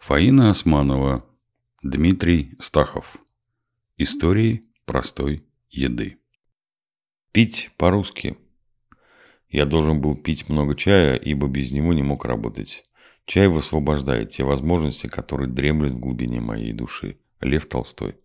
Фаина Османова, Дмитрий Стахов. Истории простой еды. Пить по-русски. Я должен был пить много чая, ибо без него не мог работать. Чай высвобождает те возможности, которые дремлют в глубине моей души. Лев Толстой.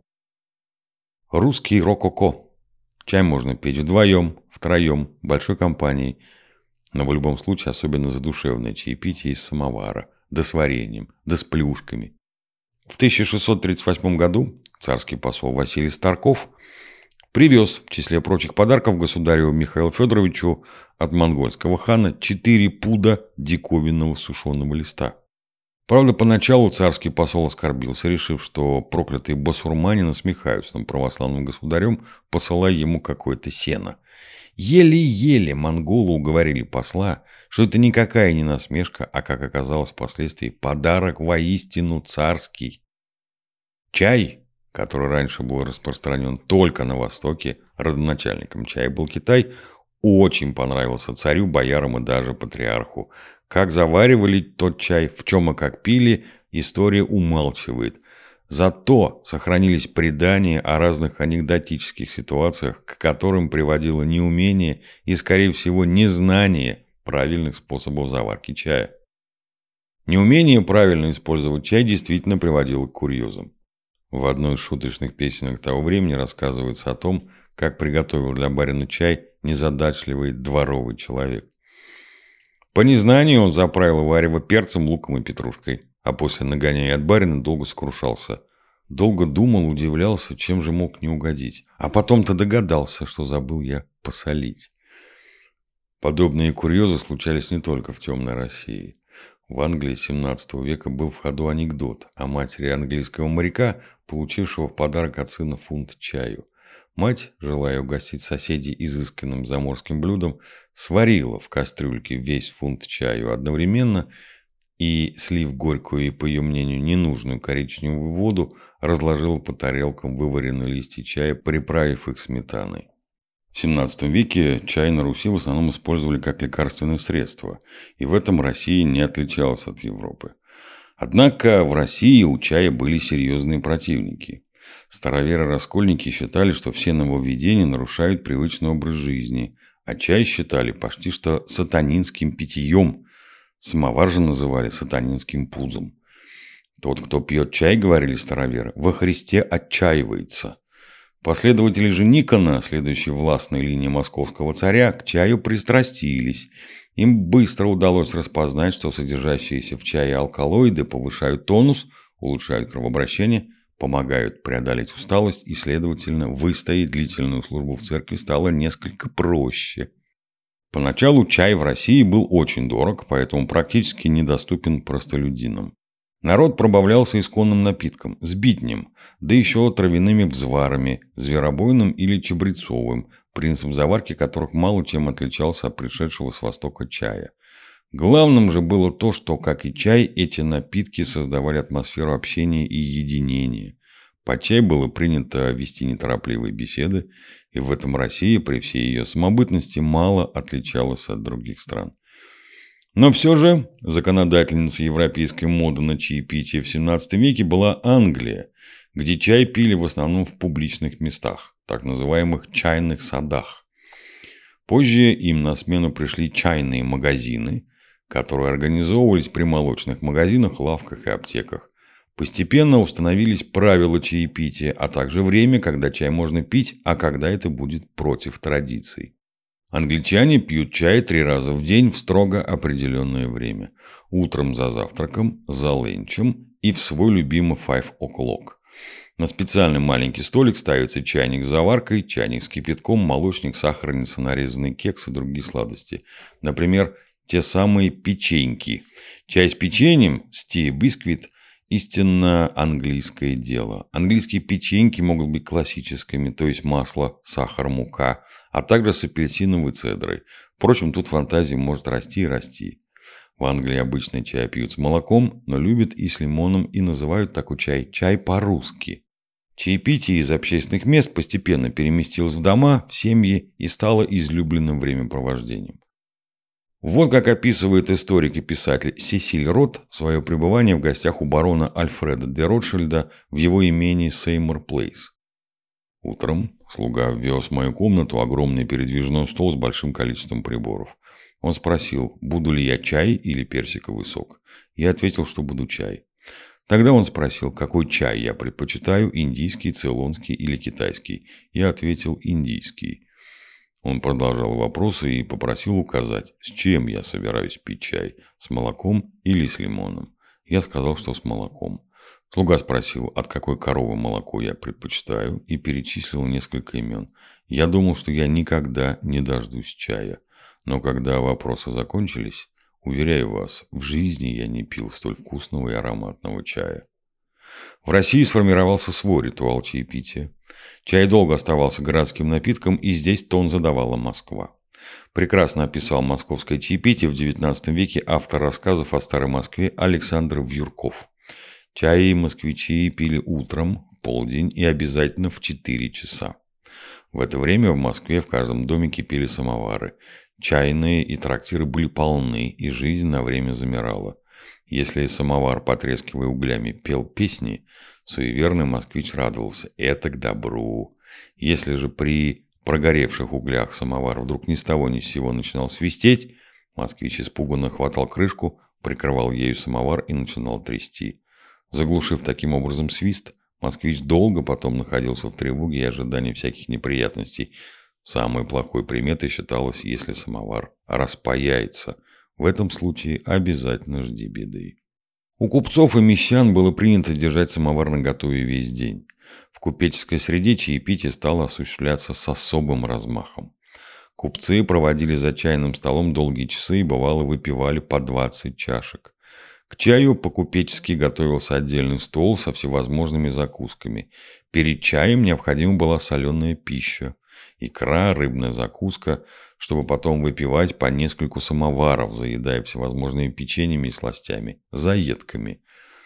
Русский рококо. Чай можно пить вдвоем, втроем, большой компанией. Но в любом случае особенно задушевное чаепитие из самовара. Да с вареньем, да с плюшками. В 1638 году царский посол Василий Старков привез в числе прочих подарков государю Михаилу Федоровичу от монгольского хана 4 пуда диковинного сушеного листа. Правда, поначалу царский посол оскорбился, решив, что проклятые басурмане насмехаются над православным государем, посылая ему какое-то сено. Еле-еле монголы уговорили посла, что это никакая не насмешка, а, как оказалось впоследствии, подарок воистину царский. Чай, который раньше был распространен только на Востоке, родоначальником чая был Китай, очень понравился царю, боярам и даже патриарху. Как заваривали тот чай, в чем и как пили, история умалчивает. Зато сохранились предания о разных анекдотических ситуациях, к которым приводило неумение и, скорее всего, незнание правильных способов заварки чая. Неумение правильно использовать чай действительно приводило к курьезам. В одной из шуточных песенок того времени рассказывается о том, как приготовил для барина чай незадачливый дворовый человек. По незнанию он заправил варево перцем, луком и петрушкой, а после нагоняя от барина долго сокрушался. Долго думал, удивлялся, чем же мог не угодить. А потом-то догадался, что забыл я посолить. Подобные курьезы случались не только в темной России. В Англии XVII века был в ходу анекдот о матери английского моряка, получившего в подарок от сына фунт чаю. Мать, желая угостить соседей изысканным заморским блюдом, сварила в кастрюльке весь фунт чаю одновременно и, слив горькую и, по ее мнению, ненужную коричневую воду, разложила по тарелкам вываренные листья чая, приправив их сметаной. В XVII веке чай на Руси в основном использовали как лекарственное средство, и в этом Россия не отличалась от Европы. Однако в России у чая были серьезные противники. Староверы-раскольники считали, что все нововведения нарушают привычный образ жизни, а чай считали почти что сатанинским питьем. Самовар же называли сатанинским пузом. Тот, кто пьет чай, говорили староверы, во Христе отчаивается. Последователи же Никона, следующей властной линии московского царя, к чаю пристрастились. Им быстро удалось распознать, что содержащиеся в чае алкалоиды повышают тонус, улучшают кровообращение, помогают преодолеть усталость и, следовательно, выстоять длительную службу в церкви стало несколько проще. Поначалу чай в России был очень дорог, поэтому практически недоступен простолюдинам. Народ пробавлялся исконным напитком – сбитнем, да еще травяными взварами, зверобойным или чабрецовым, принцип заварки которых мало чем отличался от пришедшего с Востока чая. Главным же было то, что, как и чай, эти напитки создавали атмосферу общения и единения. Под чай было принято вести неторопливые беседы, и в этом Россия при всей ее самобытности мало отличалась от других стран. Но все же законодательницей европейской моды на чаепитие в XVII веке была Англия, где чай пили в основном в публичных местах, так называемых чайных садах. Позже им на смену пришли чайные магазины, которые организовывались при молочных магазинах, лавках и аптеках. Постепенно установились правила чаепития, а также время, когда чай можно пить, а когда это будет против традиций. Англичане пьют чай 3 раза в день в строго определенное время. Утром за завтраком, за ленчем и в свой любимый 5 o'clock. На специальный маленький столик ставится чайник с заваркой, чайник с кипятком, молочник, сахарница, нарезанный кекс и другие сладости. Например, те самые печеньки. Чай с печеньем, tea biscuit, истинно английское дело. Английские печеньки могут быть классическими, то есть масло, сахар, мука, а также с апельсиновой цедрой. Впрочем, тут фантазия может расти и расти. В Англии обычно чай пьют с молоком, но любят и с лимоном и называют такой чай по-русски. Чаепитие из общественных мест постепенно переместилось в дома, в семьи и стало излюбленным времяпровождением. Вот как описывает историк и писатель Сесиль Рот свое пребывание в гостях у барона Альфреда де Ротшильда в его имении Сеймур Плейс. Утром слуга ввез в мою комнату огромный передвижной стол с большим количеством приборов. Он спросил, буду ли я чай или персиковый сок. Я ответил, что буду чай. Тогда он спросил, какой чай я предпочитаю, индийский, цейлонский или китайский. Я ответил, индийский. Он продолжал вопросы и попросил указать, с чем я собираюсь пить чай, с молоком или с лимоном. Я сказал, что с молоком. Слуга спросил, от какой коровы молоко я предпочитаю, и перечислил несколько имен. Я думал, что я никогда не дождусь чая. Но когда вопросы закончились, уверяю вас, в жизни я не пил столь вкусного и ароматного чая. В России сформировался свой ритуал чаепития. Чай долго оставался городским напитком, и здесь тон задавала Москва. Прекрасно описал московское чаепитие в XIX веке автор рассказов о Старой Москве Александр Вьюрков. Чай москвичи пили утром, в полдень и обязательно в 4 часа. В это время в Москве в каждом доме кипели самовары. Чайные и трактиры были полны, и жизнь на время замирала. Если самовар, потрескивая углями, пел песни, суеверный москвич радовался. Это к добру. Если же при прогоревших углях самовар вдруг ни с того ни с сего начинал свистеть, москвич испуганно хватал крышку, прикрывал ею самовар и начинал трясти. Заглушив таким образом свист, москвич долго потом находился в тревоге и ожидании всяких неприятностей. Самой плохой приметой считалось, если самовар распаяется. В этом случае обязательно жди беды. У купцов и мещан было принято держать самовар наготове весь день. В купеческой среде чаепитие стало осуществляться с особым размахом. Купцы проводили за чайным столом долгие часы и, бывало, выпивали по 20 чашек. К чаю по-купечески готовился отдельный стол со всевозможными закусками. Перед чаем необходима была соленая пища, икра, рыбная закуска, чтобы потом выпивать по нескольку самоваров, заедая всевозможными печеньями и сластями, заедками.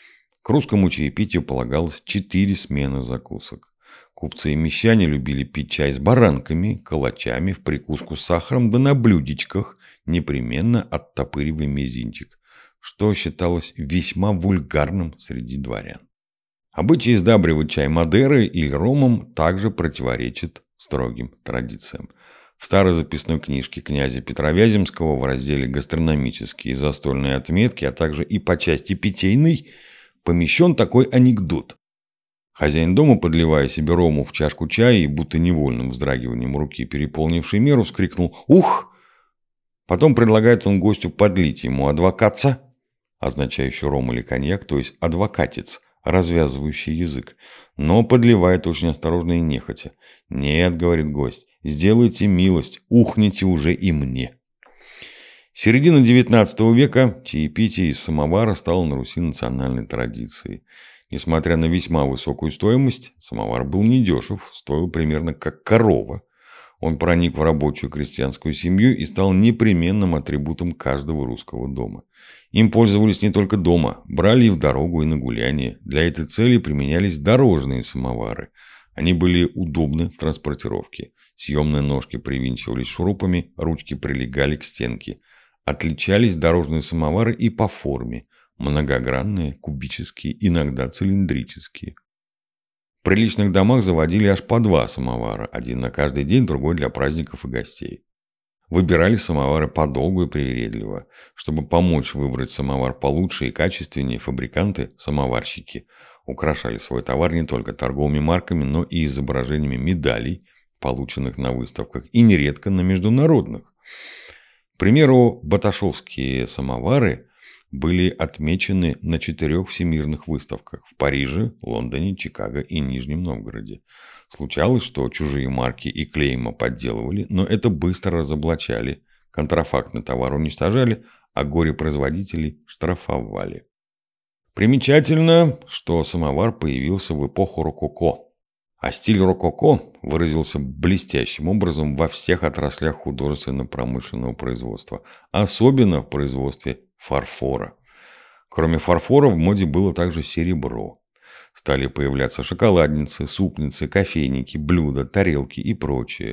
К русскому чаепитию полагалось 4 смены закусок. Купцы и мещане любили пить чай с баранками, калачами, в прикуску с сахаром, да на блюдечках, непременно оттопыривая мизинчик, что считалось весьма вульгарным среди дворян. Обычай сдабривать чай Мадерой или ромом также противоречит строгим традициям. В старой записной книжке князя Петра Вяземского в разделе «Гастрономические и застольные отметки», а также и по части питейной, помещен такой анекдот. Хозяин дома, подливая себе рому в чашку чая и будто невольным вздрагиванием руки, переполнившей меру, вскрикнул «Ух!». Потом предлагает он гостю подлить ему адвокатца, означающий ром или коньяк, то есть адвокатец, развязывающий язык, но подливает очень осторожно и нехотя. «Нет, — говорит гость, — сделайте милость, ухните уже и мне». Середина XIX века чаепитие из самовара стало на Руси национальной традицией. Несмотря на весьма высокую стоимость, самовар был недешев, стоил примерно как корова. Он проник в рабочую крестьянскую семью и стал непременным атрибутом каждого русского дома. Им пользовались не только дома, брали и в дорогу, и на гуляние. Для этой цели применялись дорожные самовары. Они были удобны в транспортировке. Съемные ножки привинчивались шурупами, ручки прилегали к стенке. Отличались дорожные самовары и по форме. Многогранные, кубические, иногда цилиндрические. В приличных домах заводили аж по 2 самовара, один на каждый день, другой для праздников и гостей. Выбирали самовары подолгу и привередливо. Чтобы помочь выбрать самовар получше и качественнее, фабриканты, самоварщики, украшали свой товар не только торговыми марками, но и изображениями медалей, полученных на выставках, и нередко на международных. К примеру, баташовские самовары были отмечены на 4 всемирных выставках в Париже, Лондоне, Чикаго и Нижнем Новгороде. Случалось, что чужие марки и клейма подделывали, но это быстро разоблачали, контрафактный товар уничтожали, а горе-производителей штрафовали. Примечательно, что самовар появился в эпоху рококо, а стиль рококо выразился блестящим образом во всех отраслях художественно-промышленного производства, особенно в производстве фарфора. Кроме фарфора в моде было также серебро. Стали появляться шоколадницы, супницы, кофейники, блюда, тарелки и прочее.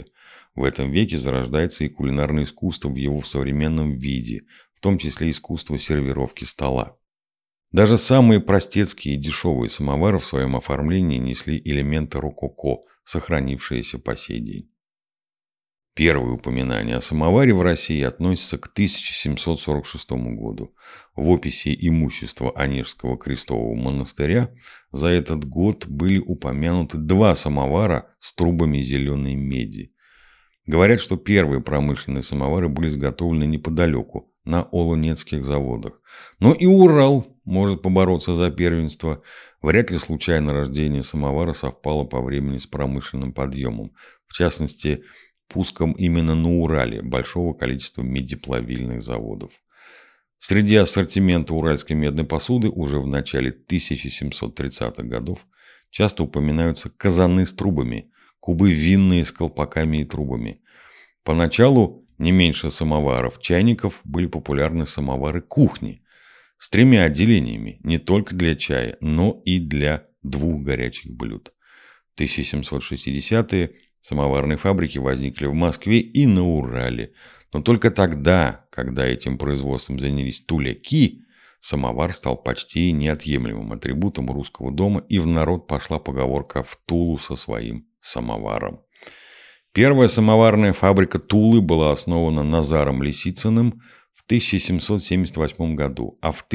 В этом веке зарождается и кулинарное искусство в его современном виде, в том числе искусство сервировки стола. Даже самые простецкие и дешевые самовары в своем оформлении несли элементы рококо, сохранившиеся по сей день. Первые упоминания о самоваре в России относятся к 1746 году. В описи имущества Онежского крестового монастыря за этот год были упомянуты 2 самовара с трубами зеленой меди. Говорят, что первые промышленные самовары были изготовлены неподалеку, на Олонецких заводах. Но и Урал может побороться за первенство. Вряд ли случайно рождение самовара совпало по времени с промышленным подъемом. В частности, пуском именно на Урале большого количества медиплавильных заводов. Среди ассортимента уральской медной посуды уже в начале 1730-х годов часто упоминаются казаны с трубами, кубы винные с колпаками и трубами. Поначалу не меньше самоваров, чайников были популярны самовары кухни с 3 отделениями, не только для чая, но и для 2 горячих блюд. В 1760-е самоварные фабрики возникли в Москве и на Урале. Но только тогда, когда этим производством занялись туляки, самовар стал почти неотъемлемым атрибутом русского дома, и в народ пошла поговорка «в Тулу со своим самоваром». Первая самоварная фабрика Тулы была основана Назаром Лисицыным в 1778 году, а в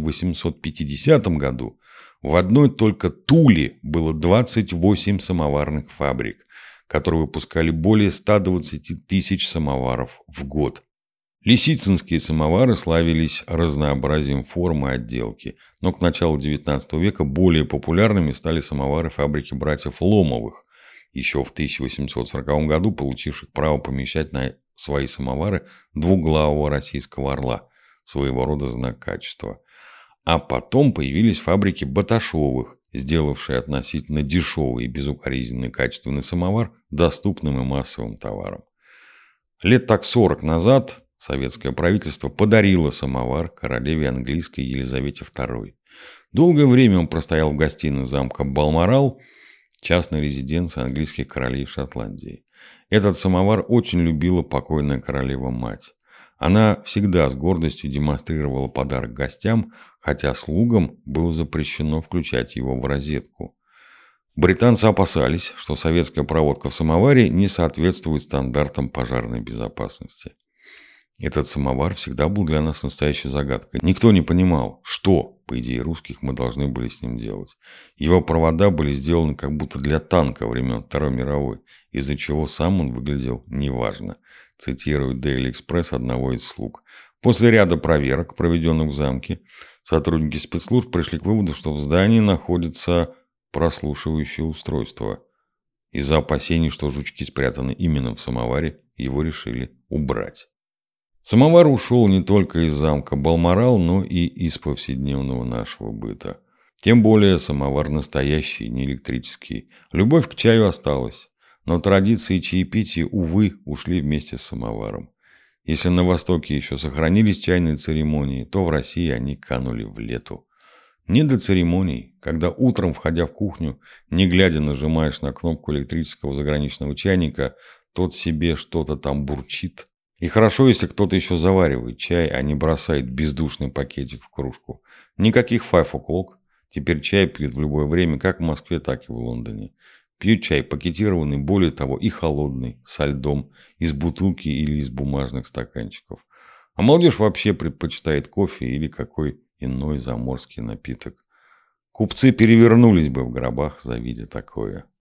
1850 году в одной только Туле было 28 самоварных фабрик, которые выпускали более 120 тысяч самоваров в год. Лисицынские самовары славились разнообразием формы и отделки, но к началу XIX века более популярными стали самовары фабрики братьев Ломовых, еще в 1840 году получивших право помещать на свои самовары двуглавого российского орла, своего рода знак качества. А потом появились фабрики Баташовых, сделавшие относительно дешевый и безукоризненный качественный самовар доступным и массовым товаром. Лет так 40 назад советское правительство подарило самовар королеве английской Елизавете II. Долгое время он простоял в гостиной замка Балморал, частной резиденции английских королей в Шотландии. Этот самовар очень любила покойная королева-мать. Она всегда с гордостью демонстрировала подарок гостям, хотя слугам было запрещено включать его в розетку. Британцы опасались, что советская проводка в самоваре не соответствует стандартам пожарной безопасности. Этот самовар всегда был для нас настоящей загадкой. Никто не понимал, что, по идее русских, мы должны были с ним делать. Его провода были сделаны как будто для танка времен Второй мировой, из-за чего сам он выглядел неважно. Цитирует Daily Express одного из слуг. После ряда проверок, проведенных в замке, сотрудники спецслужб пришли к выводу, что в здании находится прослушивающее устройство. Из-за опасений, что жучки спрятаны именно в самоваре, его решили убрать. Самовар ушел не только из замка Балморал, но и из повседневного нашего быта. Тем более самовар настоящий, не электрический. Любовь к чаю осталась, но традиции чаепития, увы, ушли вместе с самоваром. Если на Востоке еще сохранились чайные церемонии, то в России они канули в лету. Не до церемоний, когда утром, входя в кухню, не глядя нажимаешь на кнопку электрического заграничного чайника, тот себе что-то там бурчит. И хорошо, если кто-то еще заваривает чай, а не бросает бездушный пакетик в кружку. Никаких 5 o'clock. Теперь чай пьют в любое время, как в Москве, так и в Лондоне. Пьют чай пакетированный, более того, и холодный, со льдом, из бутылки или из бумажных стаканчиков. А молодежь вообще предпочитает кофе или какой иной заморский напиток. Купцы перевернулись бы в гробах, завидя такое.